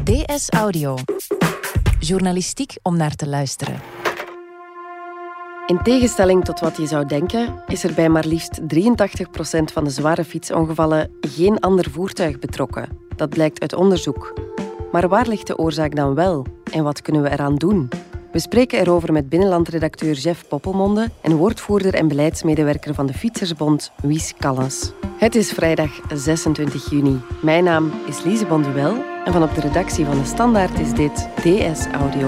DS Audio. Journalistiek om naar te luisteren. In tegenstelling tot wat je zou denken, is er bij maar liefst 83% van de zware fietsongevallen geen ander voertuig betrokken. Dat blijkt uit onderzoek. Maar waar ligt de oorzaak dan wel? En wat kunnen we eraan doen? We spreken erover met binnenlandredacteur Jeff Poppelmonde en woordvoerder en beleidsmedewerker van de Fietsersbond, Wies Callens. Het is vrijdag 26 juni. Mijn naam is Lise Bonduel en van op de redactie van De Standaard is dit DS Audio.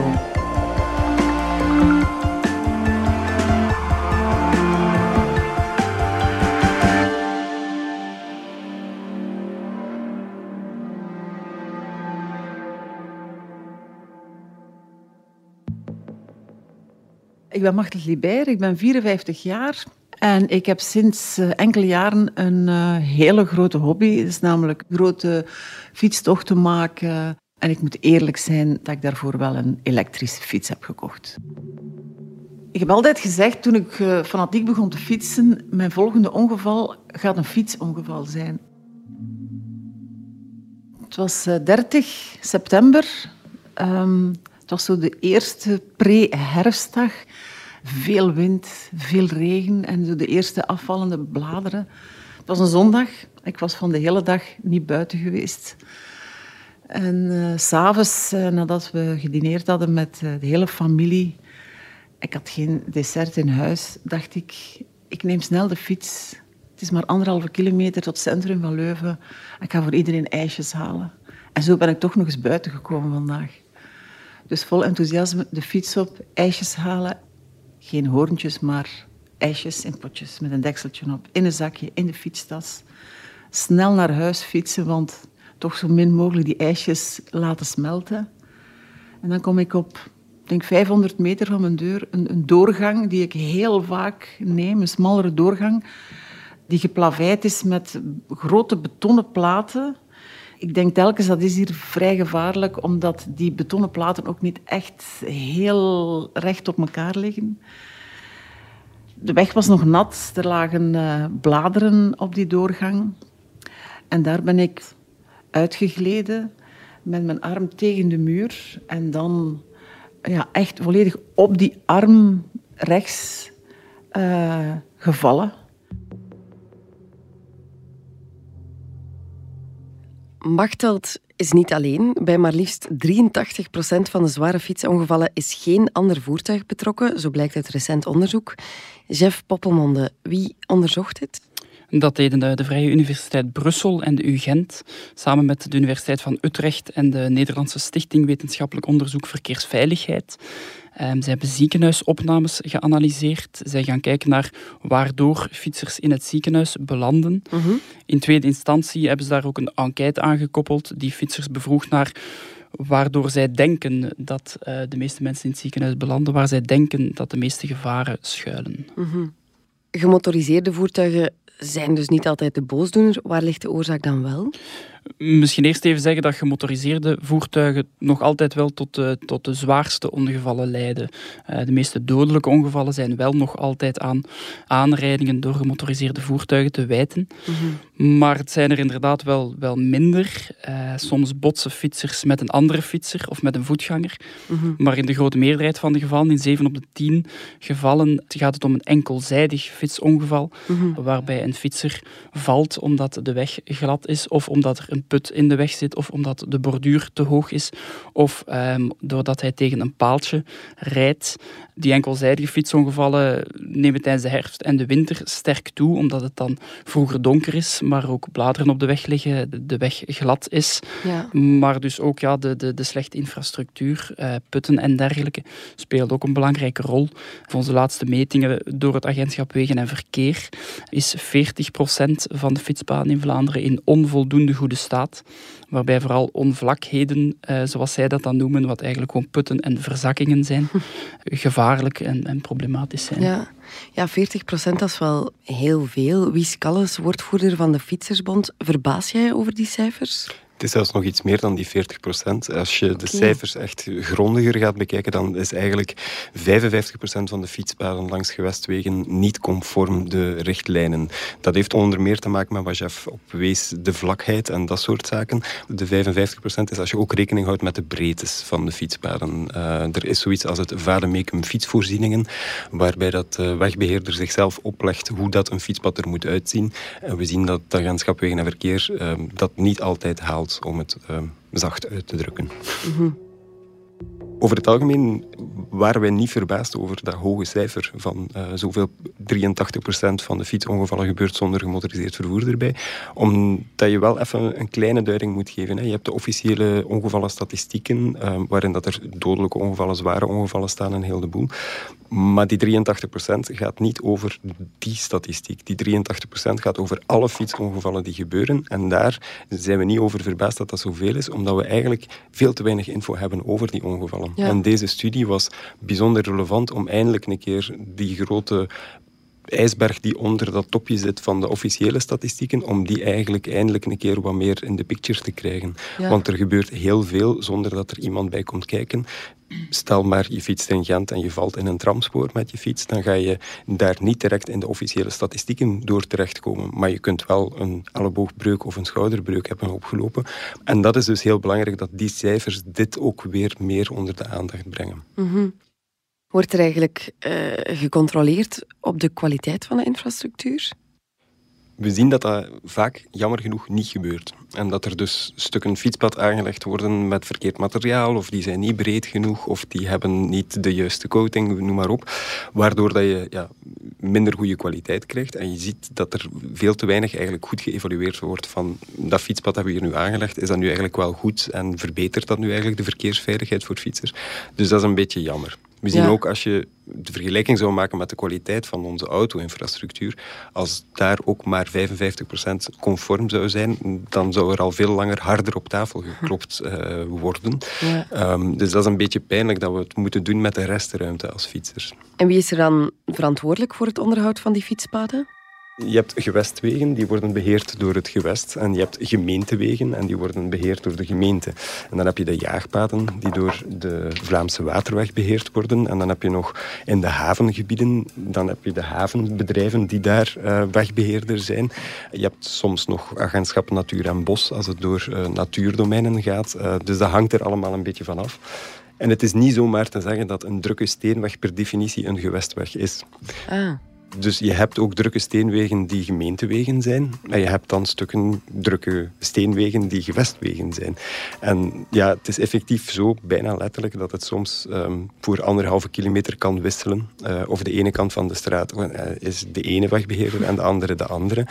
Ik ben Machtel Libert, ik ben 54 jaar en ik heb sinds enkele jaren een hele grote hobby. Dat is namelijk grote fietstochten maken. En ik moet eerlijk zijn dat ik daarvoor wel een elektrische fiets heb gekocht. Ik heb altijd gezegd, toen ik fanatiek begon te fietsen, mijn volgende ongeval gaat een fietsongeval zijn. Het was 30 september. Het was zo de eerste pre-herfstdag. Veel wind, veel regen en zo de eerste afvallende bladeren. Het was een zondag. Ik was van de hele dag niet buiten geweest. En 's avonds, nadat we gedineerd hadden met de hele familie, ik had geen dessert in huis, dacht ik neem snel de fiets. Het is maar 1,5 kilometer tot het centrum van Leuven. Ik ga voor iedereen ijsjes halen. En zo ben ik toch nog eens buiten gekomen vandaag. Dus vol enthousiasme de fiets op, ijsjes halen. Geen hoorntjes, maar ijsjes in potjes met een dekseltje op. In een zakje, in de fietstas. Snel naar huis fietsen, want toch zo min mogelijk die ijsjes laten smelten. En dan kom ik op, denk 500 meter van mijn deur, een doorgang die ik heel vaak neem. Een smallere doorgang, die geplaveid is met grote betonnen platen. Ik denk telkens, dat is hier vrij gevaarlijk, omdat die betonnen platen ook niet echt heel recht op elkaar liggen. De weg was nog nat, er lagen bladeren op die doorgang. En daar ben ik uitgegleden met mijn arm tegen de muur. En dan echt volledig op die arm rechts gevallen. Machteld is niet alleen. Bij maar liefst 83% van de zware fietsongevallen is geen ander voertuig betrokken, zo blijkt uit recent onderzoek. Jeff Poppelmonde, wie onderzocht dit? Dat deden de Vrije Universiteit Brussel en de UGent, samen met de Universiteit van Utrecht en de Nederlandse Stichting Wetenschappelijk Onderzoek Verkeersveiligheid. Zij hebben ziekenhuisopnames geanalyseerd. Zij gaan kijken naar waardoor fietsers in het ziekenhuis belanden. In tweede instantie hebben ze daar ook een enquête aangekoppeld die fietsers bevroeg naar waardoor zij denken dat de meeste mensen in het ziekenhuis belanden, waar zij denken dat de meeste gevaren schuilen. Gemotoriseerde voertuigen zijn dus niet altijd de boosdoener. Waar ligt de oorzaak dan wel? Misschien eerst even zeggen dat gemotoriseerde voertuigen nog altijd wel tot de zwaarste ongevallen leiden. De meeste dodelijke ongevallen zijn wel nog altijd aan aanrijdingen door gemotoriseerde voertuigen te wijten. Maar het zijn er inderdaad wel minder. Soms botsen fietsers met een andere fietser of met een voetganger. Maar in de grote meerderheid van de gevallen, in 7 op de 10 gevallen, gaat het om een enkelzijdig fietsongeval, waarbij een fietser valt omdat de weg glad is of omdat er een put in de weg zit of omdat de borduur te hoog is of doordat hij tegen een paaltje rijdt. Die enkelzijdige fietsongevallen nemen tijdens de herfst en de winter sterk toe, omdat het dan vroeger donker is, maar ook bladeren op de weg liggen, de weg glad is. Ja. Maar dus ook de slechte infrastructuur, putten en dergelijke, speelt ook een belangrijke rol. Volgens de laatste metingen door het Agentschap Wegen en Verkeer is 40% van de fietspaden in Vlaanderen in onvoldoende goede staat, waarbij vooral onvlakheden, zoals zij dat dan noemen, wat eigenlijk gewoon putten en verzakkingen zijn, gevaarlijk en problematisch zijn. Ja, 40%, dat is wel heel veel. Wies Callens, woordvoerder van de Fietsersbond. Verbaas jij over die cijfers? Het is zelfs nog iets meer dan die 40%. Als je de cijfers echt grondiger gaat bekijken, dan is eigenlijk 55% van de fietspaden langs gewestwegen niet conform de richtlijnen. Dat heeft onder meer te maken met wat Jeff op wees, de vlakheid en dat soort zaken. De 55% is als je ook rekening houdt met de breedtes van de fietspaden. Er is zoiets als het vademecum fietsvoorzieningen, waarbij dat wegbeheerder zichzelf oplegt hoe dat een fietspad er moet uitzien. En we zien dat het agentschap Wegen en Verkeer dat niet altijd haalt, om het zacht uit te drukken. Mm-hmm. Over het algemeen waren wij niet verbaasd over dat hoge cijfer van zoveel 83% van de fietsongevallen gebeurt zonder gemotoriseerd vervoer erbij. Omdat je wel even een kleine duiding moet geven. Hè. Je hebt de officiële ongevallenstatistieken, waarin dat er dodelijke ongevallen, zware ongevallen staan en heel de boel. Maar die 83% gaat niet over die statistiek. Die 83% gaat over alle fietsongevallen die gebeuren. En daar zijn we niet over verbaasd dat dat zoveel is, omdat we eigenlijk veel te weinig info hebben over die ongevallen. Ja. En deze studie was bijzonder relevant om eindelijk een keer die grote ijsberg die onder dat topje zit van de officiële statistieken, om die eigenlijk eindelijk een keer wat meer in de picture te krijgen. Ja. Want er gebeurt heel veel zonder dat er iemand bij komt kijken. Stel maar, je fietst in Gent en je valt in een tramspoor met je fiets, dan ga je daar niet direct in de officiële statistieken door terechtkomen. Maar je kunt wel een elleboogbreuk of een schouderbreuk hebben opgelopen. En dat is dus heel belangrijk, dat die cijfers dit ook weer meer onder de aandacht brengen. Mm-hmm. Wordt er eigenlijk gecontroleerd op de kwaliteit van de infrastructuur? We zien dat dat vaak, jammer genoeg, niet gebeurt. En dat er dus stukken fietspad aangelegd worden met verkeerd materiaal, of die zijn niet breed genoeg, of die hebben niet de juiste coating, noem maar op. Waardoor dat je minder goede kwaliteit krijgt. En je ziet dat er veel te weinig eigenlijk goed geëvalueerd wordt van dat fietspad hebben we hier nu aangelegd. Is dat nu eigenlijk wel goed en verbetert dat nu eigenlijk de verkeersveiligheid voor fietsers? Dus dat is een beetje jammer. We zien ook, als je de vergelijking zou maken met de kwaliteit van onze auto-infrastructuur, als daar ook maar 55% conform zou zijn, dan zou er al veel langer harder op tafel geklopt worden. Ja. Dus dat is een beetje pijnlijk dat we het moeten doen met de restruimte als fietsers. En wie is er dan verantwoordelijk voor het onderhoud van die fietspaden? Je hebt gewestwegen, die worden beheerd door het gewest. En je hebt gemeentewegen, en die worden beheerd door de gemeente. En dan heb je de jaagpaden, die door de Vlaamse Waterweg beheerd worden. En dan heb je nog in de havengebieden, dan heb je de havenbedrijven die daar wegbeheerder zijn. Je hebt soms nog agentschap Natuur en Bos, als het door natuurdomeinen gaat. Dus dat hangt er allemaal een beetje van af. En het is niet zomaar te zeggen dat een drukke steenweg per definitie een gewestweg is. Dus je hebt ook drukke steenwegen die gemeentewegen zijn. En je hebt dan stukken drukke steenwegen die gewestwegen zijn. En ja, het is effectief zo, bijna letterlijk, dat het soms voor 1,5 kilometer kan wisselen. Of de ene kant van de straat is de ene wegbeheerder en de andere de andere.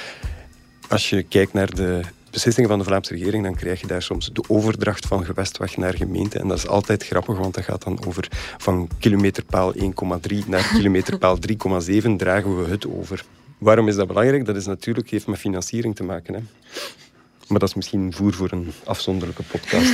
Als je kijkt naar de beslissingen van de Vlaamse regering, dan krijg je daar soms de overdracht van gewestweg naar gemeente. En dat is altijd grappig, want dat gaat dan over van kilometerpaal 1,3 naar kilometerpaal 3,7 dragen we het over. Waarom is dat belangrijk? Dat is natuurlijk, heeft met financiering te maken. Hè? Maar dat is misschien voer voor een afzonderlijke podcast.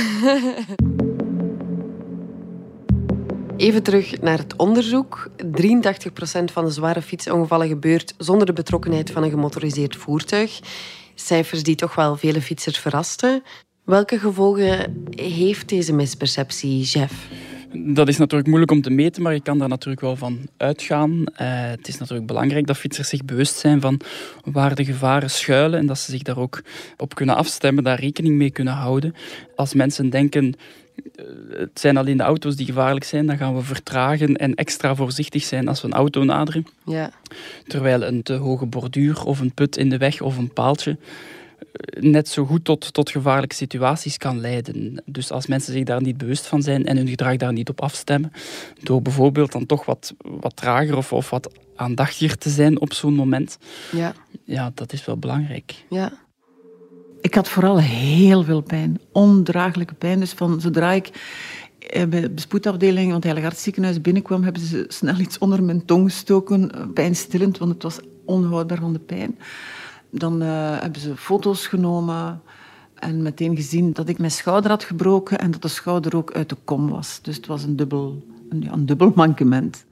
Even terug naar het onderzoek. 83% van de zware fietsongevallen gebeurt zonder de betrokkenheid van een gemotoriseerd voertuig. Cijfers die toch wel vele fietsers verrasten. Welke gevolgen heeft deze misperceptie, Jeff? Dat is natuurlijk moeilijk om te meten, maar je kan daar natuurlijk wel van uitgaan. Het is natuurlijk belangrijk dat fietsers zich bewust zijn van waar de gevaren schuilen en dat ze zich daar ook op kunnen afstemmen, daar rekening mee kunnen houden. Als mensen denken, het zijn alleen de auto's die gevaarlijk zijn, dan gaan we vertragen en extra voorzichtig zijn als we een auto naderen. Ja. Terwijl een te hoge borduur of een put in de weg of een paaltje net zo goed tot gevaarlijke situaties kan leiden. Dus als mensen zich daar niet bewust van zijn en hun gedrag daar niet op afstemmen, door bijvoorbeeld dan toch wat trager of wat aandachtiger te zijn op zo'n moment, ja, dat is wel belangrijk. Ja. Ik had vooral heel veel pijn, ondraaglijke pijn. Dus van zodra ik bij de spoedafdeling van het Heilig Hartziekenhuis binnenkwam, hebben ze snel iets onder mijn tong gestoken, pijnstillend, want het was onhoudbaar van de pijn. Dan hebben ze foto's genomen en meteen gezien dat ik mijn schouder had gebroken en dat de schouder ook uit de kom was. Dus het was een dubbel mankement.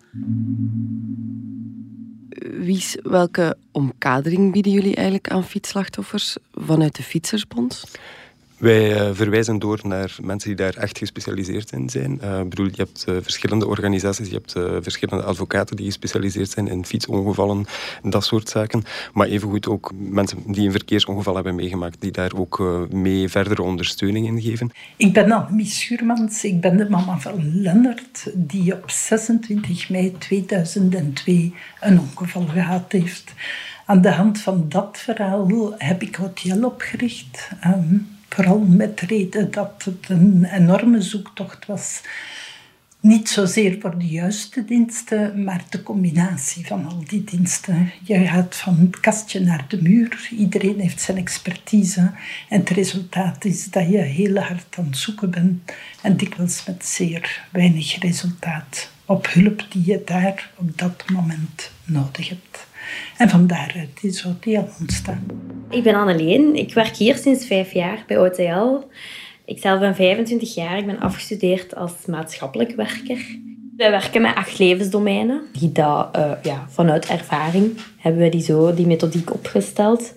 Wies, welke omkadering bieden jullie eigenlijk aan fietsslachtoffers vanuit de Fietsersbond? Wij verwijzen door naar mensen die daar echt gespecialiseerd in zijn. Je hebt verschillende organisaties, je hebt verschillende advocaten die gespecialiseerd zijn in fietsongevallen, dat soort zaken. Maar evengoed ook mensen die een verkeersongeval hebben meegemaakt, die daar ook mee verdere ondersteuning in geven. Ik ben Annemie Schuurmans, ik ben de mama van Lennart, die op 26 mei 2002 een ongeval gehad heeft. Aan de hand van dat verhaal heb ik OTL opgericht. Vooral met de reden dat het een enorme zoektocht was. Niet zozeer voor de juiste diensten, maar de combinatie van al die diensten. Je gaat van het kastje naar de muur. Iedereen heeft zijn expertise. En het resultaat is dat je heel hard aan het zoeken bent. En dikwijls met zeer weinig resultaat op hulp die je daar op dat moment nodig hebt. En van daaruit is OTL ontstaan. Ik ben Anneleen. Ik werk hier sinds 5 jaar bij OTL. Ik zelf ben 25 jaar. Ik ben afgestudeerd als maatschappelijk werker. Wij werken met 8 levensdomeinen. Vanuit ervaring hebben we die methodiek opgesteld.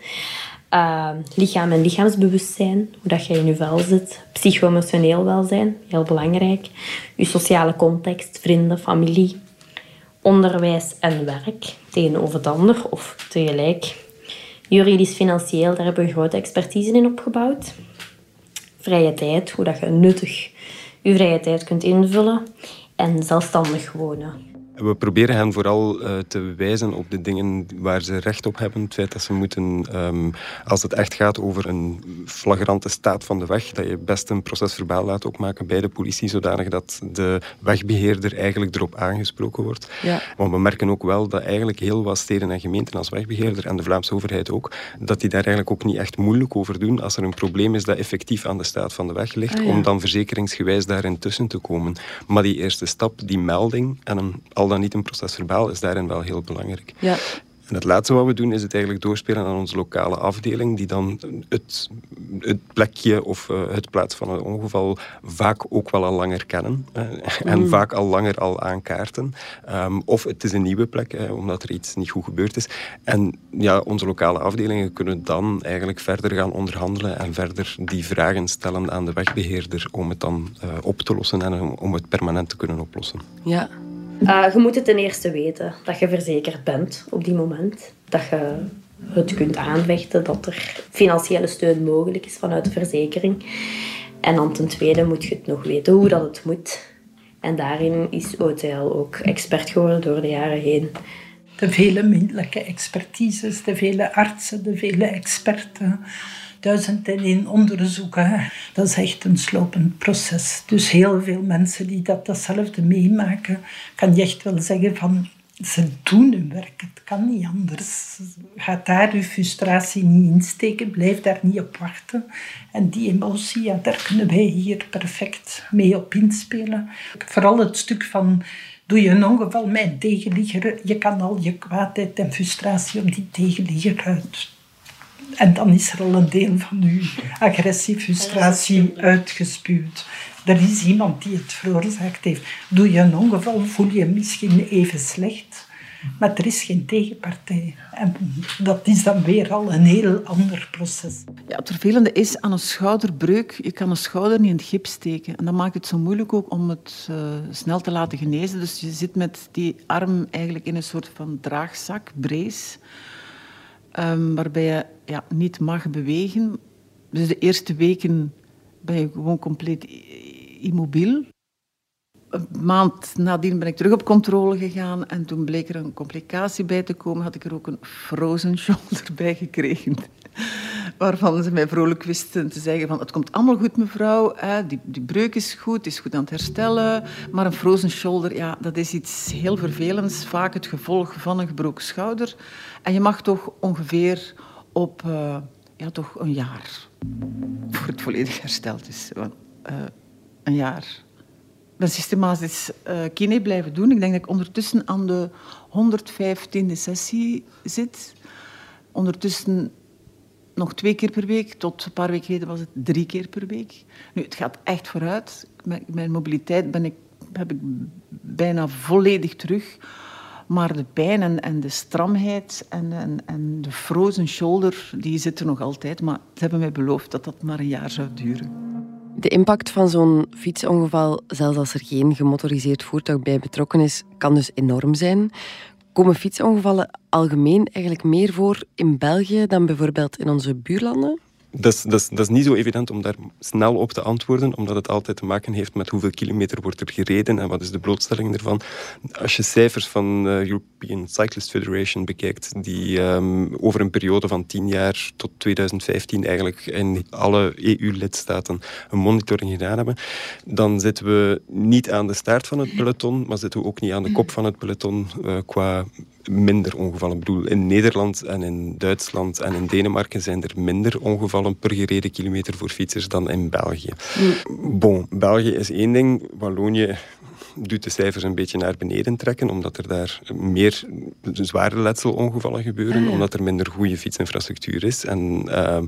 Lichaam en lichaamsbewustzijn, hoe dat je in je vel zit. Psycho-emotioneel welzijn, heel belangrijk. Je sociale context, vrienden, familie. Onderwijs en werk, tegenover het ander of tegelijk. Juridisch-financieel, daar hebben we grote expertise in opgebouwd. Vrije tijd, hoe dat je nuttig je vrije tijd kunt invullen. En zelfstandig wonen. We proberen hen vooral te wijzen op de dingen waar ze recht op hebben. Het feit dat ze moeten, als het echt gaat over een flagrante staat van de weg, dat je best een procesverbaal laat opmaken bij de politie, zodanig dat de wegbeheerder eigenlijk erop aangesproken wordt. Ja. Want we merken ook wel dat eigenlijk heel wat steden en gemeenten als wegbeheerder, en de Vlaamse overheid ook, dat die daar eigenlijk ook niet echt moeilijk over doen als er een probleem is dat effectief aan de staat van de weg ligt, om dan verzekeringsgewijs daarin tussen te komen. Maar die eerste stap, die melding, en al dan niet een procesverbaal, is daarin wel heel belangrijk. Ja. En het laatste wat we doen, is het eigenlijk doorspelen aan onze lokale afdeling, die dan het plekje of het plaats van het ongeval vaak ook wel al langer kennen. En vaak al langer al aankaarten. Of het is een nieuwe plek, omdat er iets niet goed gebeurd is. En ja, onze lokale afdelingen kunnen dan eigenlijk verder gaan onderhandelen en verder die vragen stellen aan de wegbeheerder om het dan op te lossen en om het permanent te kunnen oplossen. Ja. Je moet het ten eerste weten dat je verzekerd bent op die moment. Dat je het kunt aanvechten, dat er financiële steun mogelijk is vanuit de verzekering. En dan ten tweede moet je het nog weten hoe dat het moet. En daarin is OTL ook expert geworden door de jaren heen. De vele minderlijke expertises, de vele artsen, de vele experten. 1001 onderzoeken. Dat is echt een slopend proces. Dus heel veel mensen die datzelfde meemaken, kan je echt wel zeggen van, ze doen hun werk. Het kan niet anders. Ga daar je frustratie niet insteken. Blijf daar niet op wachten. En die emotie, ja, daar kunnen wij hier perfect mee op inspelen. Vooral het stuk van, doe je een ongeval met een tegenligger, je kan al je kwaadheid en frustratie op die tegenligger uit. En dan is er al een deel van je agressie, frustratie uitgespuwd. Er is iemand die het veroorzaakt heeft. Doe je een ongeval, voel je misschien even slecht. Maar er is geen tegenpartij. En dat is dan weer al een heel ander proces. Ja, het vervelende is aan een schouderbreuk, je kan een schouder niet in het gips steken. En dat maakt het zo moeilijk ook om het snel te laten genezen. Dus je zit met die arm eigenlijk in een soort van draagzak, brace, waarbij je niet mag bewegen. Dus de eerste weken ben je gewoon compleet immobiel. Een maand nadien ben ik terug op controle gegaan en toen bleek er een complicatie bij te komen. Had ik er ook een frozen shoulder bij gekregen. Waarvan ze mij vrolijk wisten te zeggen van, het komt allemaal goed mevrouw, die breuk is goed, het is goed aan het herstellen, maar een frozen shoulder, ja, dat is iets heel vervelends, vaak het gevolg van een gebroken schouder. En je mag toch ongeveer op toch een jaar, voor het volledig hersteld is, een jaar. Ik ben systematisch kine blijven doen. Ik denk dat ik ondertussen aan de 115e sessie zit. Ondertussen nog 2 keer per week. Tot een paar weken geleden was het 3 keer per week. Nu, het gaat echt vooruit. Mijn mobiliteit heb ik bijna volledig terug. Maar de pijn en de stramheid en de frozen shoulder, die zitten nog altijd. Maar ze hebben mij beloofd dat dat maar een jaar zou duren. De impact van zo'n fietsongeval, zelfs als er geen gemotoriseerd voertuig bij betrokken is, kan dus enorm zijn. Komen fietsongevallen algemeen eigenlijk meer voor in België dan bijvoorbeeld in onze buurlanden? Dat is niet zo evident om daar snel op te antwoorden, omdat het altijd te maken heeft met hoeveel kilometer wordt er gereden en wat is de blootstelling ervan. Als je cijfers van European Cyclist Federation bekijkt, die over een periode van 10 jaar tot 2015 eigenlijk in alle EU-lidstaten een monitoring gedaan hebben, dan zitten we niet aan de staart van het peloton, maar zitten we ook niet aan de kop van het peloton qua minder ongevallen. Ik bedoel, in Nederland en in Duitsland en in Denemarken zijn er minder ongevallen per gereden kilometer voor fietsers dan in België. Bon, België is één ding. Wallonië doet de cijfers een beetje naar beneden trekken, omdat er daar meer zware letselongevallen gebeuren, omdat er minder goede fietsinfrastructuur is. En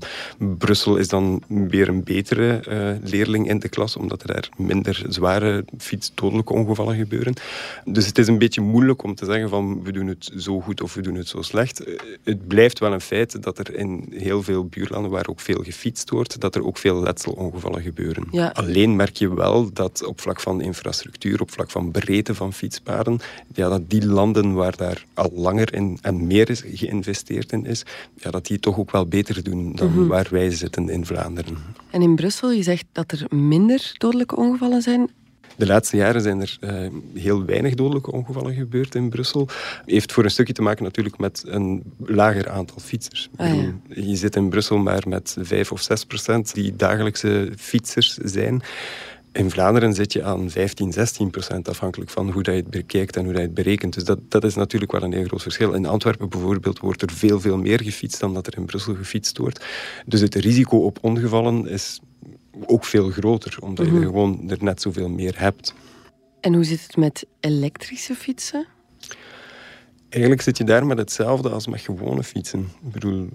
Brussel is dan weer een betere leerling in de klas, omdat er daar minder zware fietsdodelijke ongevallen gebeuren. Dus het is een beetje moeilijk om te zeggen van we doen het zo goed of we doen het zo slecht. Het blijft wel een feit dat er in heel veel buurlanden waar ook veel gefietst wordt, dat er ook veel letselongevallen gebeuren. Ja. Alleen merk je wel dat op vlak van infrastructuur, op vlak van breedte van fietspaden, ja, dat die landen waar daar al langer in en meer is geïnvesteerd in is, ja, dat die toch ook wel beter doen dan waar wij zitten in Vlaanderen. En in Brussel, je zegt dat er minder dodelijke ongevallen zijn. De laatste jaren zijn er heel weinig dodelijke ongevallen gebeurd in Brussel. Heeft voor een stukje te maken natuurlijk met een lager aantal fietsers. Je zit in Brussel maar met 5 of 6% die dagelijkse fietsers zijn. In Vlaanderen zit je aan 15-16%, afhankelijk van hoe dat je het bekijkt en hoe dat je het berekent. Dus dat is natuurlijk wel een heel groot verschil. In Antwerpen bijvoorbeeld wordt er veel meer gefietst dan dat er in Brussel gefietst wordt. Dus het risico op ongevallen is ook veel groter, omdat je er gewoon er net zoveel meer hebt. En hoe zit het met elektrische fietsen? Eigenlijk zit je daar met hetzelfde als met gewone fietsen. Ik bedoel,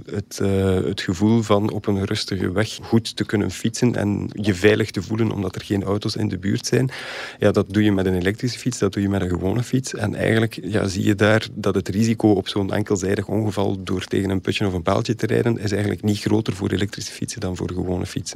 het gevoel van op een rustige weg goed te kunnen fietsen en je veilig te voelen omdat er geen auto's in de buurt zijn, ja, dat doe je met een elektrische fiets, dat doe je met een gewone fiets. En eigenlijk zie je daar dat het risico op zo'n enkelzijdig ongeval door tegen een putje of een paaltje te rijden is eigenlijk niet groter voor elektrische fietsen dan voor gewone fietsen.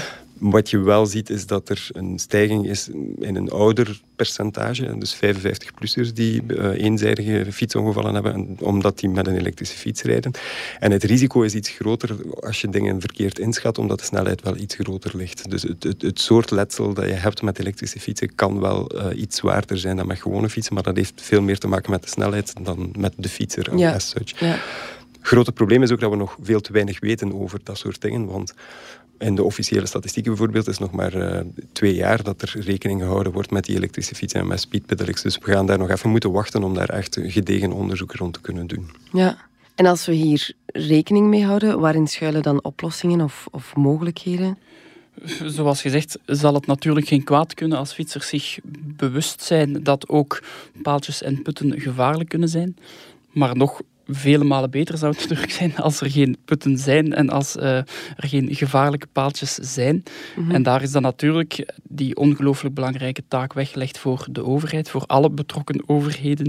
Wat je wel ziet is dat er een stijging is in een ouder percentage, dus 55-plussers die eenzijdige fietsongevallen hebben, omdat die met een elektrische fiets rijden. En het risico is iets groter als je dingen verkeerd inschat, omdat de snelheid wel iets groter ligt. Dus het soort letsel dat je hebt met elektrische fietsen kan wel iets zwaarder zijn dan met gewone fietsen, maar dat heeft veel meer te maken met de snelheid dan met de fietser as such. Ja. Grote probleem is ook dat we nog veel te weinig weten over dat soort dingen, want in de officiële statistieken bijvoorbeeld is nog maar 2 jaar dat er rekening gehouden wordt met die elektrische fietsen en met speedpedelecs. Dus we gaan daar nog even moeten wachten om daar echt gedegen onderzoek rond te kunnen doen. Ja, en als we hier rekening mee houden, waarin schuilen dan oplossingen of mogelijkheden? Zoals gezegd zal het natuurlijk geen kwaad kunnen als fietsers zich bewust zijn dat ook paaltjes en putten gevaarlijk kunnen zijn. Maar nog vele malen beter zou het natuurlijk zijn als er geen putten zijn en als er geen gevaarlijke paaltjes zijn. En daar is dan natuurlijk die ongelooflijk belangrijke taak weggelegd voor de overheid, voor alle betrokken overheden,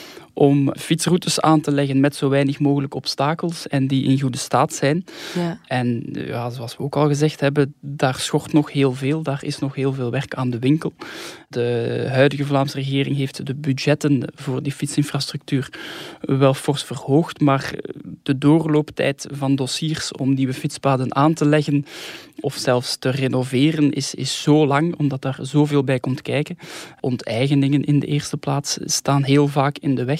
om fietsroutes aan te leggen met zo weinig mogelijk obstakels en die in goede staat zijn. Ja. En ja, zoals we ook al gezegd hebben, daar schort nog heel veel. Daar is nog heel veel werk aan de winkel. De huidige Vlaamse regering heeft de budgetten voor die fietsinfrastructuur wel fors verhoogd, maar de doorlooptijd van dossiers om nieuwe fietspaden aan te leggen of zelfs te renoveren is zo lang, omdat daar zoveel bij komt kijken. Onteigeningen in de eerste plaats staan heel vaak in de weg.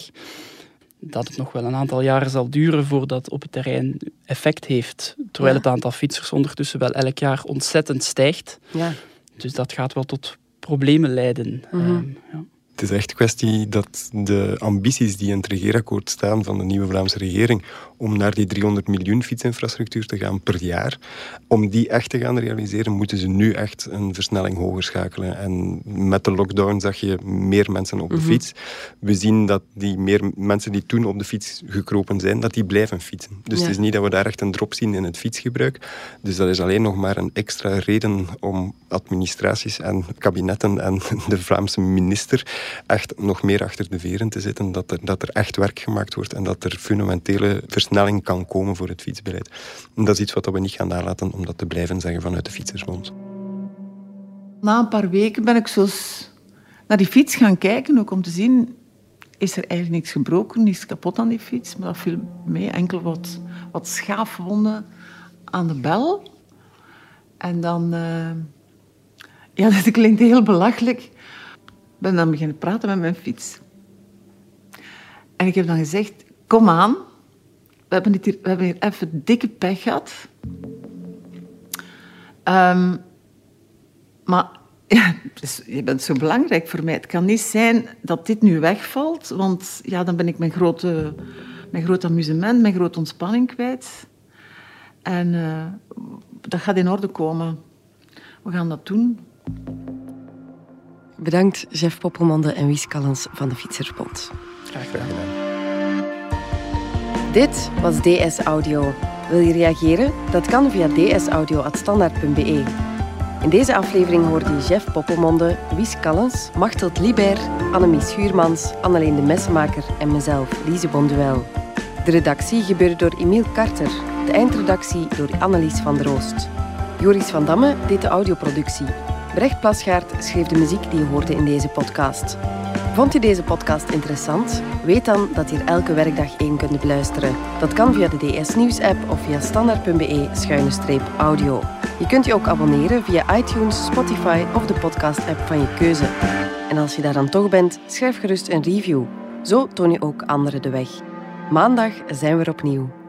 Dat het nog wel een aantal jaren zal duren voordat op het terrein effect heeft. Terwijl het aantal fietsers ondertussen wel elk jaar ontzettend stijgt. Ja. Dus dat gaat wel tot problemen leiden. Het is echt kwestie dat de ambities die in het regeerakkoord staan van de nieuwe Vlaamse regering om naar die 300 miljoen fietsinfrastructuur te gaan per jaar, om die echt te gaan realiseren, moeten ze nu echt een versnelling hoger schakelen. En met de lockdown zag je meer mensen op de fiets. We zien dat die meer mensen die toen op de fiets gekropen zijn, dat die blijven fietsen. Dus het is niet dat we daar echt een drop zien in het fietsgebruik. Dus dat is alleen nog maar een extra reden om administraties en kabinetten en de Vlaamse minister echt nog meer achter de veren te zitten, dat er echt werk gemaakt wordt en dat er fundamentele versnelling kan komen voor het fietsbeleid. En dat is iets wat we niet gaan nalaten om dat te blijven zeggen vanuit de Fietsersbond. Na een paar weken ben ik zo naar die fiets gaan kijken, ook om te zien, is er eigenlijk niks gebroken, niets kapot aan die fiets. Maar dat viel mee, enkel wat schaafwonden aan de bel. En dan... dat klinkt heel belachelijk. Ik ben dan beginnen praten met mijn fiets. En ik heb dan gezegd, kom aan, we hebben hier even dikke pech gehad. Maar ja, dus je bent zo belangrijk voor mij. Het kan niet zijn dat dit nu wegvalt, want ja, dan ben ik mijn groot amusement, mijn grote ontspanning kwijt. En dat gaat in orde komen. We gaan dat doen. Bedankt, Jeff Poppelmonde en Wies Callens van de Fietsersbond. Graag gedaan. Dit was DS Audio. Wil je reageren? Dat kan via dsaudio@standaard.be. In deze aflevering hoorde je Jeff Poppelmonde, Wies Callens, Machteld Liber, Annemie Schuurmans, Anneleen de Messenmaker en mezelf, Lise Bonduel. De redactie gebeurde door Emiel Karter, de eindredactie door Annelies van der Oost. Joris van Damme deed de audioproductie. Brecht Plasgaard schreef de muziek die je hoorde in deze podcast. Vond je deze podcast interessant? Weet dan dat je er elke werkdag 1 kunt beluisteren. Dat kan via de DS Nieuws-app of via standaard.be/audio. Je kunt je ook abonneren via iTunes, Spotify of de podcast-app van je keuze. En als je daar dan toch bent, schrijf gerust een review. Zo toon je ook anderen de weg. Maandag zijn we er opnieuw.